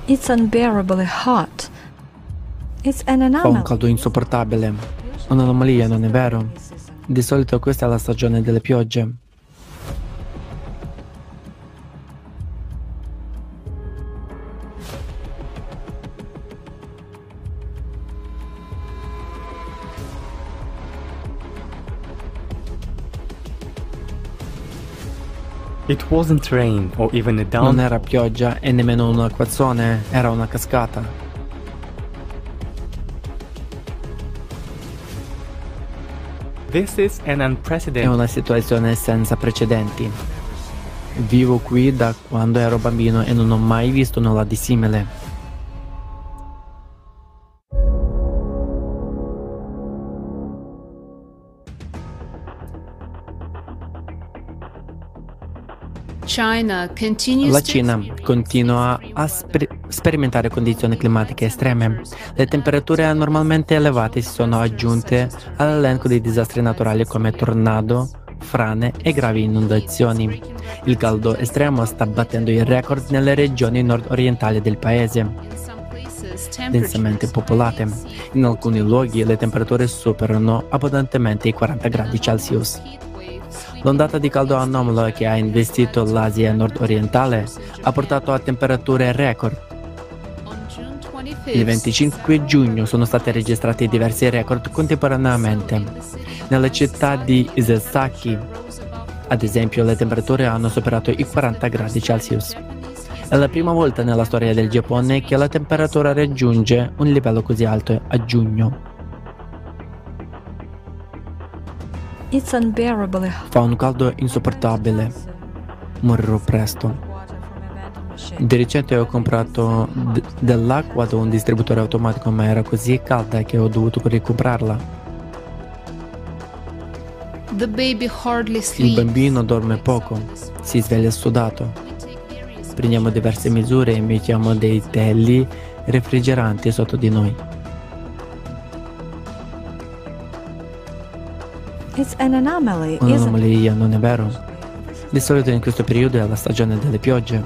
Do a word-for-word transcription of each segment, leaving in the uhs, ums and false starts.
It's unbearably hot. It's an Fa un anomaly. caldo insopportabile. Un'anomalia, non è vero? Di solito questa è la stagione delle piogge. It wasn't rain or even a Non down. era pioggia e nemmeno un acquazzone, era una cascata. This is an È unprecedented. una situazione senza precedenti. Vivo qui da quando ero bambino e non ho mai visto nulla di simile. China continues La to Cina continua a sper- sperimentare condizioni climatiche estreme. Le temperature anormalmente elevate si sono aggiunte all'elenco di disastri naturali come tornado, frane e gravi inondazioni. Il caldo estremo sta battendo i record nelle regioni nord-orientali del paese, in some places densamente temperatures popolate. In alcuni luoghi le temperature superano abbondantemente i quaranta gradi Celsius. L'ondata di caldo anomalo che ha investito l'Asia nord-orientale ha portato a temperature record. on June Il twenty-fifth. venticinque giugno sono stati registrati diversi record contemporaneamente. Nella città di Isesaki, ad esempio, le temperature hanno superato i quaranta gradi Celsius. È la prima volta nella storia del Giappone che la temperatura raggiunge un livello così alto a giugno. It's unbearably hot. Fa un caldo insopportabile. Morirò presto. Di recente ho comprato d- dell'acqua da un distributore automatico, ma era così calda che ho dovuto ricomprarla. The baby hardly Il sleeps. bambino dorme poco, si sveglia sudato. Prendiamo diverse misure e mettiamo dei teli refrigeranti sotto di noi. It's an anomaly, isn't it? Un'anomalia, non è vero? Di solito in questo periodo è la stagione delle piogge.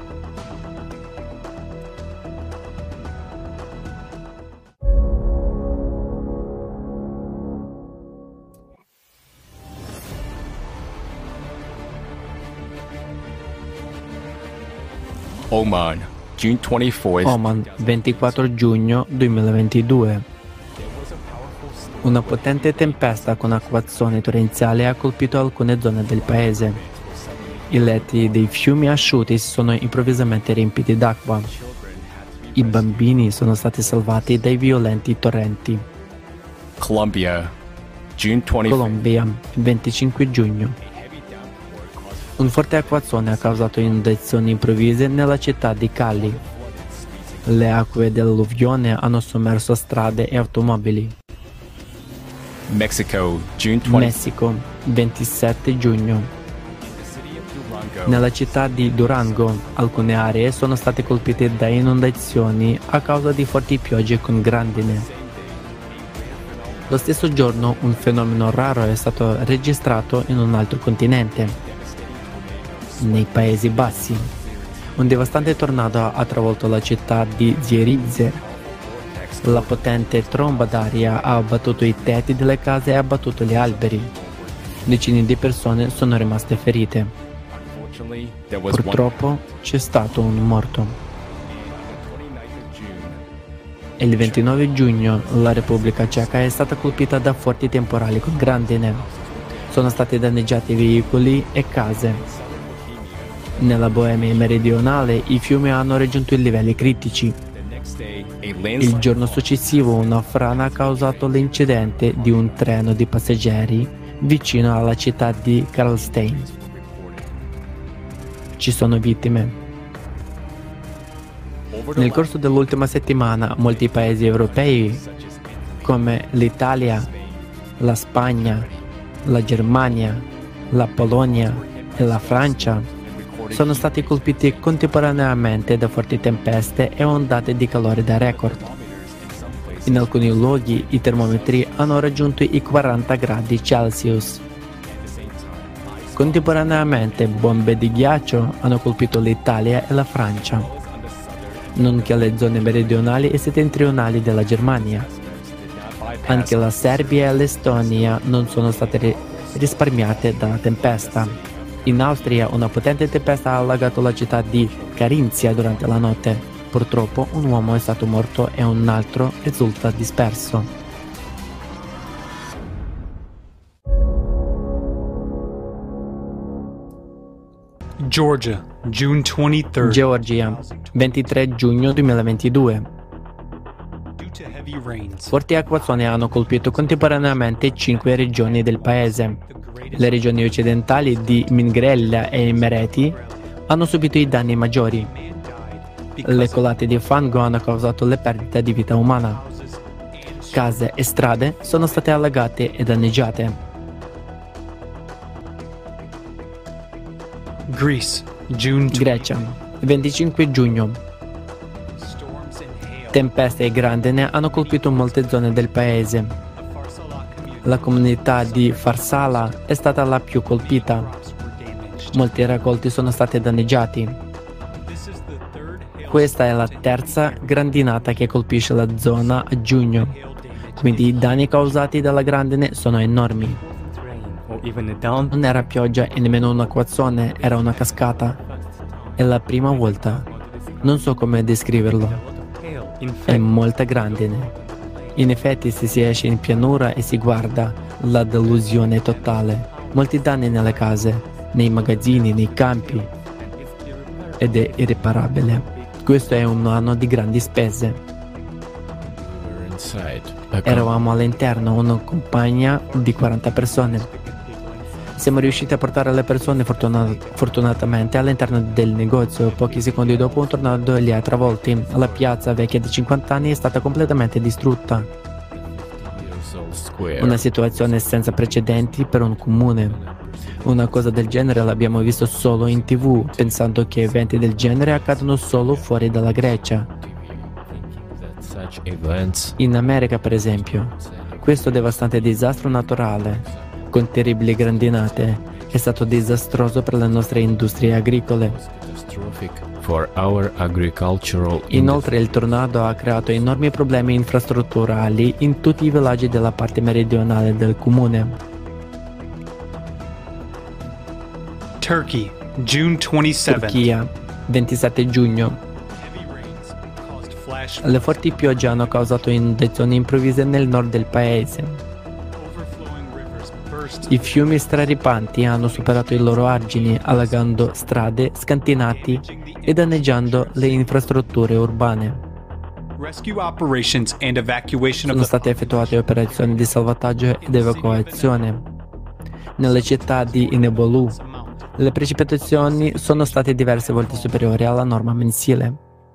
Oman, June twenty-fourth. Oman, ventiquattro giugno duemilaventidue. Una potente tempesta con acquazzone torrenziale ha colpito alcune zone del paese. I letti dei fiumi asciutti si sono improvvisamente riempiti d'acqua. I bambini sono stati salvati dai violenti torrenti. Colombia, June twenty-fifth. Colombia, venticinque giugno. Un forte acquazzone ha causato inondazioni improvvise nella città di Cali. Le acque dell'alluvione hanno sommerso strade e automobili. Mexico, June twentieth. Messico, ventisette giugno. Nella città di Durango, alcune aree sono state colpite da inondazioni a causa di forti piogge con grandine. Lo stesso giorno un fenomeno raro è stato registrato in un altro continente, nei Paesi Bassi. Un devastante tornado ha travolto la città di Zierikzee. La potente tromba d'aria ha abbattuto i tetti delle case e ha abbattuto gli alberi. Decine di persone sono rimaste ferite. Unfortunately, there was one. Purtroppo c'è stato un morto. E il ventinove giugno la Repubblica Ceca è stata colpita da forti temporali con grandine. Sono stati danneggiati veicoli e case. Nella Boemia meridionale i fiumi hanno raggiunto i livelli critici. A Il landslide. giorno successivo una frana ha causato l'incidente di un treno di passeggeri vicino alla città di Karlstein. Ci sono vittime. Nel corso dell'ultima settimana molti paesi europei come l'Italia, la Spagna, la Germania, la Polonia e la Francia sono stati colpiti contemporaneamente da forti tempeste e ondate di calore da record. In alcuni luoghi i termometri hanno raggiunto i quaranta gradi Celsius. Contemporaneamente bombe di ghiaccio hanno colpito l'Italia e la Francia. nonché le zone meridionali e settentrionali della Germania. Anche la Serbia e l'Estonia non sono state ri- risparmiate dalla tempesta. In Austria una potente tempesta ha allagato la città di Carinzia durante la notte. Purtroppo un uomo è stato morto e un altro risulta disperso. Georgia, June twenty-third. Georgia, ventitré giugno duemilaventidue. Due to heavy rains, Forti acquazzoni hanno colpito contemporaneamente cinque regioni del paese. Le regioni occidentali di Mingrella e Imereti hanno subito i danni maggiori. Le colate di fango hanno causato le perdite di vita umana. Case e strade sono state allagate e danneggiate. Greece, June Grecia, venticinque giugno. storms and hail. Tempeste e grandine hanno colpito molte zone del paese. The Farsala community La comunità di Farsala è stata la più colpita. crops were damaged. Molti raccolti sono stati danneggiati. This is the third hail Questa è la terza grandinata che colpisce la zona a giugno, hail damage. quindi i danni causati dalla grandine sono enormi. Rain or even a down. Non era pioggia e nemmeno un acquazzone, era una cascata. È la prima volta. Non so come descriverlo. Hail. In È fact, molta grandine. In effetti, se si esce in pianura e si guarda, la delusione è totale. Molti danni nelle case, nei magazzini, nei campi. Ed è irreparabile. Questo è un anno di grandi spese. We were inside. a Eravamo all'interno, una compagnia di quaranta persone. Siamo riusciti a portare le persone fortuna- fortunatamente all'interno del negozio. Pochi secondi dopo un tornado li ha travolti. La piazza vecchia di cinquanta anni è stata completamente distrutta. years old square. Una situazione senza precedenti per un comune. Una cosa del genere l'abbiamo visto solo in tivù, pensando che eventi del genere accadono solo fuori dalla Grecia. That such events In America, per esempio, questo devastante disastro naturale, con terribili grandinate, è stato disastroso per le nostre industrie agricole. catastrophic for our agricultural Inoltre il tornado ha creato enormi problemi infrastrutturali in tutti i villaggi della parte meridionale del comune. Turkey, June twenty-seventh. Turchia, ventisette giugno. Heavy rains caused flash Le forti piogge hanno causato inondazioni improvvise nel nord del paese. overflowing rivers burst. I fiumi straripanti hanno superato i loro argini, allagando strade, scantinati e danneggiando le infrastrutture urbane. Rescue operations and evacuation of Sono the state effettuate operazioni di salvataggio ed evacuazione. Nelle città di Inebolu, le precipitazioni sono state diverse volte superiori alla norma mensile.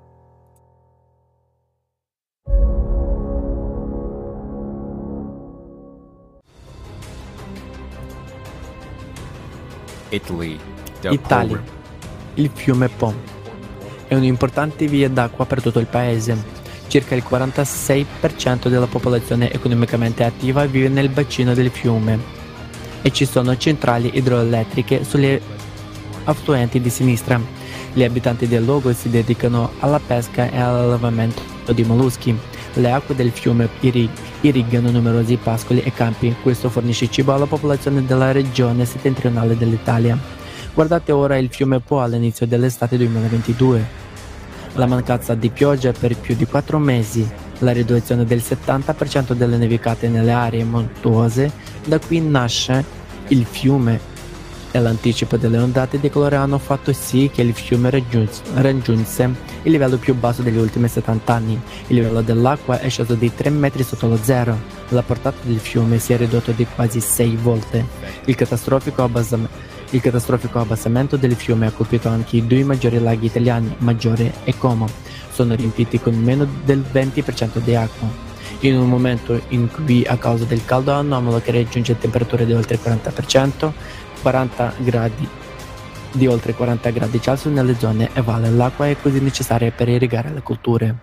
Italy. the Italia, Po- il fiume Po, è un'importante via d'acqua per tutto il paese. Circa il quarantasei per cento della popolazione economicamente attiva vive nel bacino del fiume e ci sono centrali idroelettriche sulle affluenti di sinistra. Gli abitanti del luogo si dedicano alla pesca e all'allevamento di molluschi. Le acque del fiume irri- irrigano numerosi pascoli e campi. Questo fornisce cibo alla popolazione della regione settentrionale dell'Italia. Guardate ora il fiume Po all'inizio dell'estate duemilaventidue. La mancanza di pioggia per più di quattro mesi, la riduzione del settanta per cento delle nevicate nelle aree montuose, da qui nasce il fiume, e l'anticipo delle ondate di calore hanno fatto sì che il fiume raggiunse, raggiunse il livello più basso degli ultimi settanta anni. Il livello dell'acqua è sceso di tre metri sotto lo zero. La portata del fiume si è ridotto di quasi sei volte. Il catastrofico abbassamento Il catastrofico abbassamento del fiume ha colpito anche i due maggiori laghi italiani, Maggiore e Como. Sono riempiti con meno del venti per cento di acqua. In un momento in cui, a causa del caldo anomalo che raggiunge temperature di oltre il quaranta per cento, quaranta gradi di oltre quaranta gradi Celsius nelle zone e valle, l'acqua è così necessaria per irrigare le colture.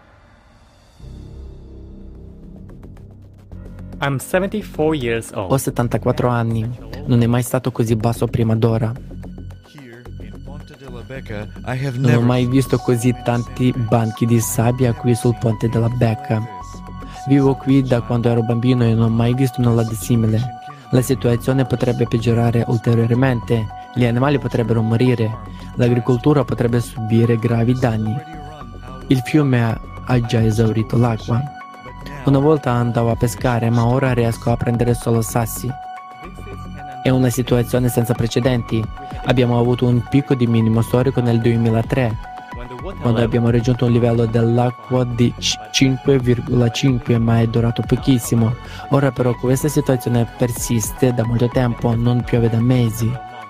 I'm seventy-four years old. Ho settantaquattro anni, non è mai stato così basso prima d'ora. Non ho mai visto così tanti banchi di sabbia qui sul ponte della Becca. Vivo qui da quando ero bambino e non ho mai visto nulla di simile. La situazione potrebbe peggiorare ulteriormente, gli animali potrebbero morire, l'agricoltura potrebbe subire gravi danni. Il fiume ha già esaurito l'acqua. Una volta andavo a pescare, ma ora riesco a prendere solo sassi. È una situazione senza precedenti. Abbiamo avuto un picco di minimo storico nel duemilatré, quando abbiamo raggiunto un livello dell'acqua di cinque virgola cinque, ma è durato pochissimo. Ora però questa situazione persiste da molto tempo, non piove da mesi.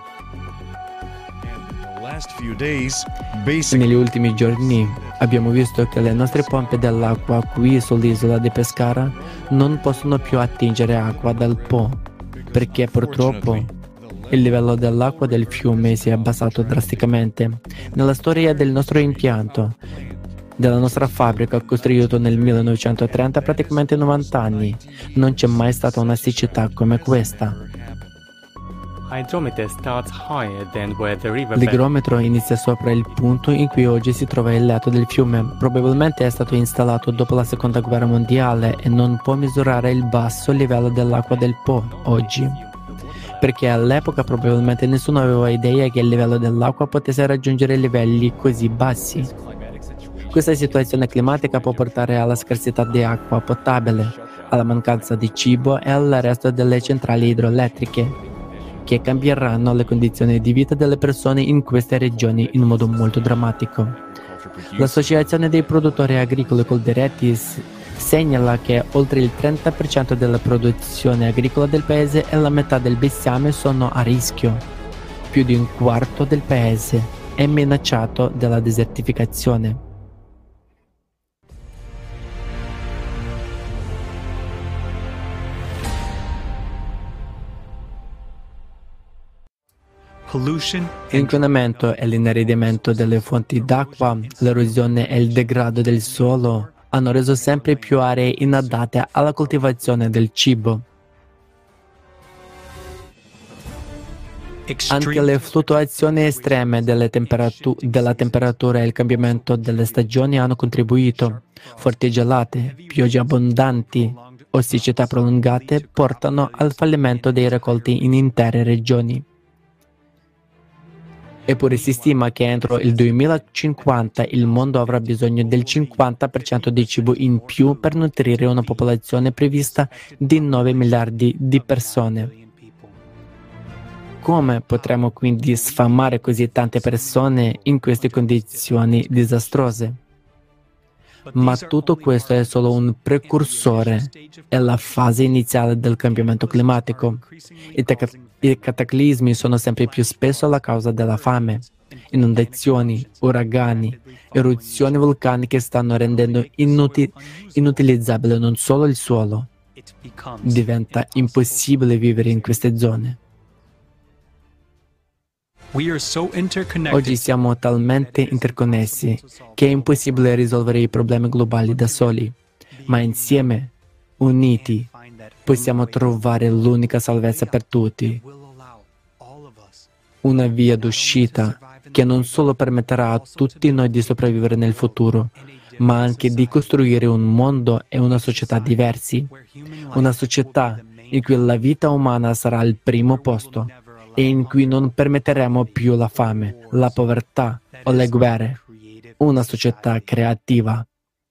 Negli ultimi giorni abbiamo visto che le nostre pompe dell'acqua qui sull'isola di Pescara non possono più attingere acqua dal Po, perché purtroppo il livello dell'acqua del fiume si è abbassato drasticamente. Nella storia del nostro impianto, della nostra fabbrica costruito nel millenovecentotrenta, praticamente novanta anni, non c'è mai stata una siccità come questa. L'idrometro inizia sopra il punto in cui oggi si trova il letto del fiume. Probabilmente è stato installato dopo la seconda guerra mondiale e non può misurare il basso livello dell'acqua del Po oggi, perché all'epoca probabilmente nessuno aveva idea che il livello dell'acqua potesse raggiungere livelli così bassi. Questa situazione climatica può portare alla scarsità di acqua potabile, alla mancanza di cibo e all'arresto delle centrali idroelettriche, che cambieranno le condizioni di vita delle persone in queste regioni in modo molto drammatico. L'Associazione dei produttori agricoli coldiretti segnala che oltre il trenta per cento della produzione agricola del paese e la metà del bestiame sono a rischio. Più di un quarto del paese è minacciato dalla desertificazione. L'inquinamento e l'inaridimento delle fonti d'acqua, l'erosione e il degrado del suolo hanno reso sempre più aree inadatte alla coltivazione del cibo. Anche le fluttuazioni estreme delle temperatu- della temperatura e il cambiamento delle stagioni hanno contribuito. Forti gelate, piogge abbondanti o siccità prolungate portano al fallimento dei raccolti in intere regioni. Eppure si stima che entro il duemilacinquanta il mondo avrà bisogno del cinquanta per cento di cibo in più per nutrire una popolazione prevista di nove miliardi di persone. Come potremo quindi sfamare così tante persone in queste condizioni disastrose? Ma tutto questo è solo un precursore, è la fase iniziale del cambiamento climatico. I, te- I cataclismi sono sempre più spesso la causa della fame. Inondazioni, uragani, eruzioni vulcaniche stanno rendendo inuti- inutilizzabile non solo il suolo. Diventa impossibile vivere in queste zone. Oggi siamo talmente interconnessi che è impossibile risolvere i problemi globali da soli, ma insieme, uniti, possiamo trovare l'unica salvezza per tutti. Una via d'uscita che non solo permetterà a tutti noi di sopravvivere nel futuro, ma anche di costruire un mondo e una società diversi. Una società in cui la vita umana sarà al primo posto e in cui non permetteremo più la fame, la povertà o le guerre. Una società creativa.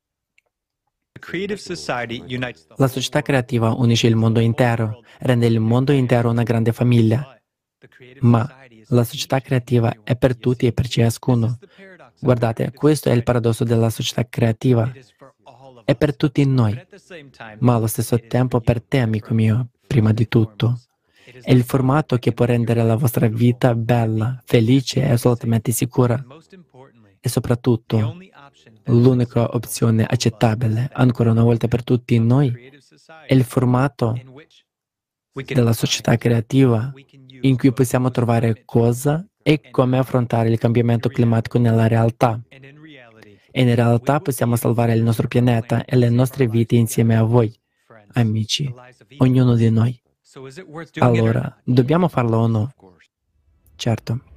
La società creativa unisce il mondo intero, rende il mondo intero una grande famiglia. Ma la società creativa è per tutti e per ciascuno. Guardate, questo è il paradosso della società creativa. È per tutti noi, ma allo stesso tempo per te, amico mio, prima di tutto. È il formato che può rendere la vostra vita bella, felice e assolutamente sicura. E soprattutto, l'unica opzione accettabile, ancora una volta per tutti noi, è il formato della società creativa in cui possiamo trovare cosa e come affrontare il cambiamento climatico nella realtà. E in realtà possiamo salvare il nostro pianeta e le nostre vite insieme a voi, amici, ognuno di noi. Allora, dobbiamo farlo o no? Certo.